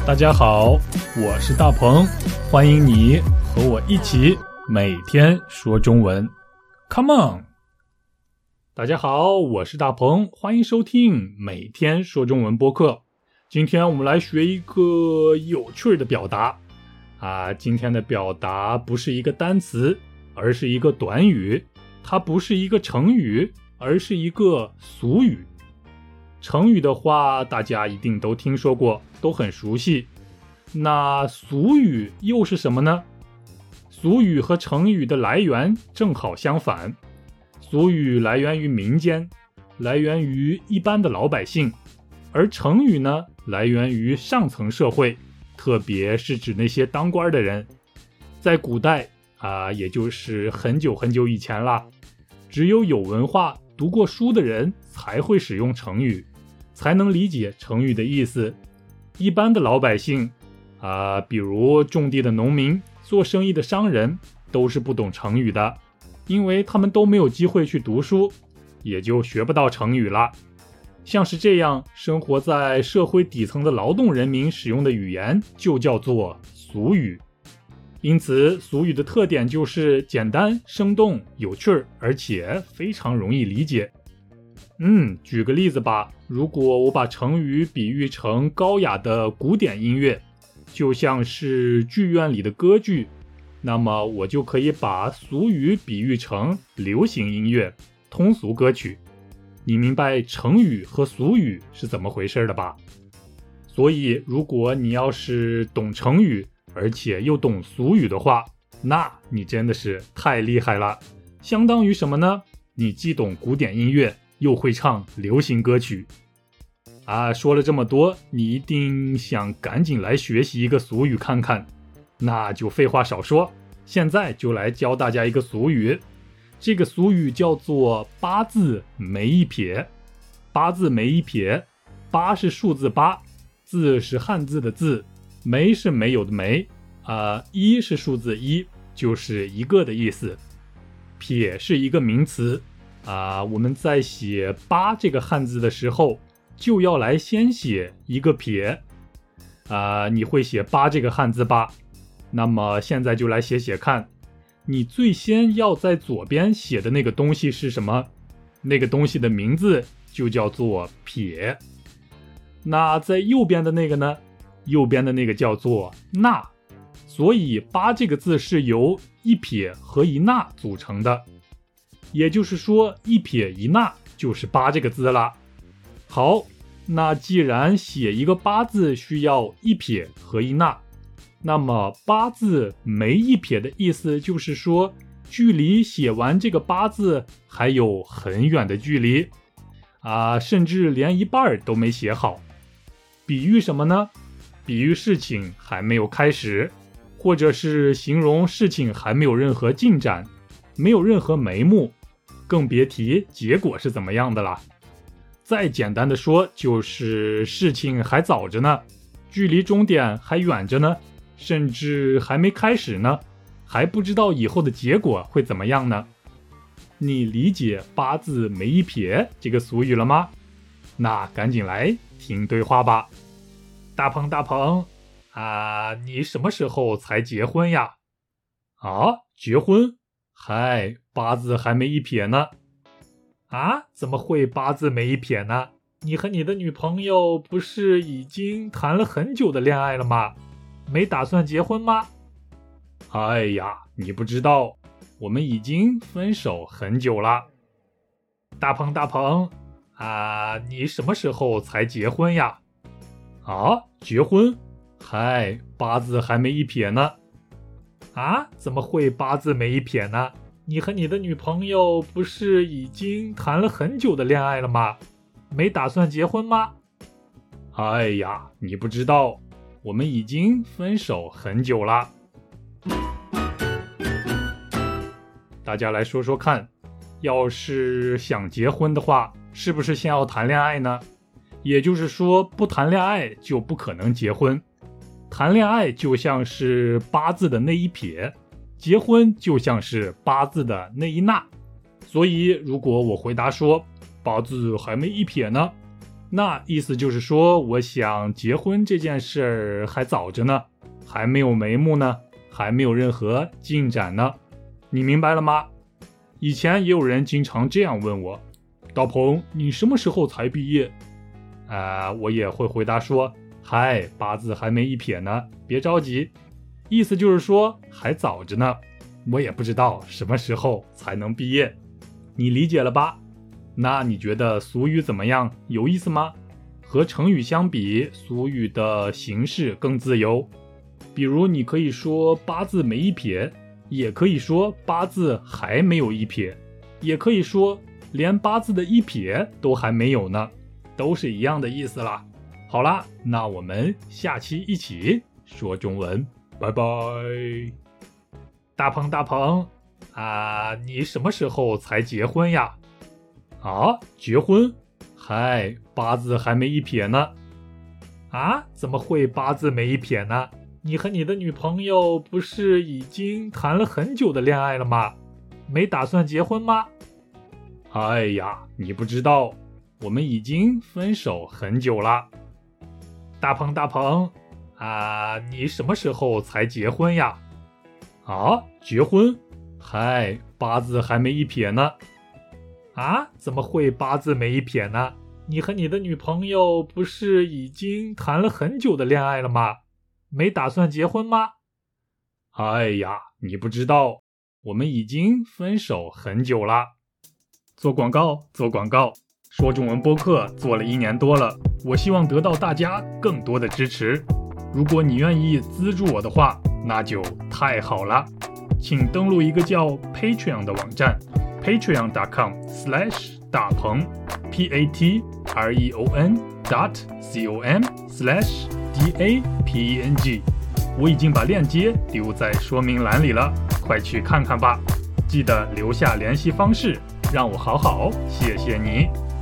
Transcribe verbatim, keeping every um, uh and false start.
大家好，我是大鹏，欢迎你和我一起每天说中文 Come on。 大家好，我是大鹏，欢迎收听每天说中文播客。今天我们来学一个有趣的表达啊，今天的表达不是一个单词，而是一个短语，它不是一个成语，而是一个俗语。成语的话大家一定都听说过，都很熟悉。那俗语又是什么呢？俗语和成语的来源正好相反。俗语来源于民间，来源于一般的老百姓，而成语呢，来源于上层社会，特别是指那些当官的人。在古代啊，也就是很久很久以前啦，只有有文化读过书的人才会使用成语，才能理解成语的意思。一般的老百姓啊，比如种地的农民，做生意的商人，都是不懂成语的，因为他们都没有机会去读书，也就学不到成语了。像是这样生活在社会底层的劳动人民使用的语言就叫做俗语。因此俗语的特点就是简单、生动、有趣，而且非常容易理解。嗯，举个例子吧，如果我把成语比喻成高雅的古典音乐，就像是剧院里的歌剧，那么我就可以把俗语比喻成流行音乐、通俗歌曲。你明白成语和俗语是怎么回事的吧？所以如果你要是懂成语，而且又懂俗语的话，那你真的是太厉害了。相当于什么呢？你既懂古典音乐，又会唱流行歌曲。啊，说了这么多，你一定想赶紧来学习一个俗语看看。那就废话少说，现在就来教大家一个俗语。这个俗语叫做八字没一撇。八字没一撇，八是数字八，字是汉字的字，没是没有的没，啊，一是数字一，就是一个的意思。撇是一个名词啊，我们在写八这个汉字的时候，就要来先写一个撇啊。你会写八这个汉字吧？那么现在就来写写看，你最先要在左边写的那个东西是什么？那个东西的名字就叫做撇。那在右边的那个呢？右边的那个叫做捺。所以八这个字是由一撇和一捺组成的，也就是说一撇一捺就是八这个字啦。好，那既然写一个八字需要一撇和一捺，那么八字没一撇的意思就是说，距离写完这个八字还有很远的距离啊，甚至连一半都没写好。比喻什么呢？比喻事情还没有开始，或者是形容事情还没有任何进展，没有任何眉目，更别提结果是怎么样的了。再简单的说，就是事情还早着呢，距离终点还远着呢，甚至还没开始呢，还不知道以后的结果会怎么样呢。你理解八字没一撇这个俗语了吗？那赶紧来听对话吧。大鹏大鹏啊，你什么时候才结婚呀？啊，结婚？嗨，八字还没一撇呢。啊，怎么会八字没一撇呢？你和你的女朋友不是已经谈了很久的恋爱了吗？没打算结婚吗？哎呀，你不知道，我们已经分手很久了。大鹏大鹏啊，你什么时候才结婚呀？啊，结婚？嗨，八字还没一撇呢。啊，怎么会八字没一撇呢？你和你的女朋友不是已经谈了很久的恋爱了吗？没打算结婚吗？哎呀，你不知道，我们已经分手很久了。大家来说说看，要是想结婚的话，是不是先要谈恋爱呢？也就是说，不谈恋爱就不可能结婚。谈恋爱就像是八字的那一撇，结婚就像是八字的那一捺。所以如果我回答说八字还没一撇呢， 那意思就是说，我想结婚这件事儿还早着呢，还没有眉目呢，还没有任何进展呢。你明白了吗？以前也有人经常这样问我，大鹏，你什么时候才毕业？啊、呃，我也会回答说，嗨，八字还没一撇呢，别着急。意思就是说还早着呢，我也不知道什么时候才能毕业。你理解了吧？那你觉得俗语怎么样？有意思吗？和成语相比，俗语的形式更自由。比如你可以说八字没一撇，也可以说八字还没有一撇，也可以说连八字的一撇都还没有呢，都是一样的意思啦。好啦，那我们下期一起说中文，拜拜。大鹏大鹏啊，你什么时候才结婚呀？啊，结婚？嗨，八字还没一撇呢。啊，怎么会八字没一撇呢？你和你的女朋友不是已经谈了很久的恋爱了吗？没打算结婚吗？哎呀，你不知道，我们已经分手很久了。大鹏大鹏啊，你什么时候才结婚呀？啊，结婚？嗨，八字还没一撇呢。啊，怎么会八字没一撇呢？你和你的女朋友不是已经谈了很久的恋爱了吗？没打算结婚吗？哎呀，你不知道，我们已经分手很久了。做广告，做广告，说中文播客做了一年多了，我希望得到大家更多的支持。如果你愿意资助我的话，那就太好了。请登录一个叫 Patreon 的网站 patreon dot com slash 大鹏 p a t r e o n dot c o m slash d a p e n g。 我已经把链接丢在说明栏里了，快去看看吧。记得留下联系方式，让我好好谢谢你。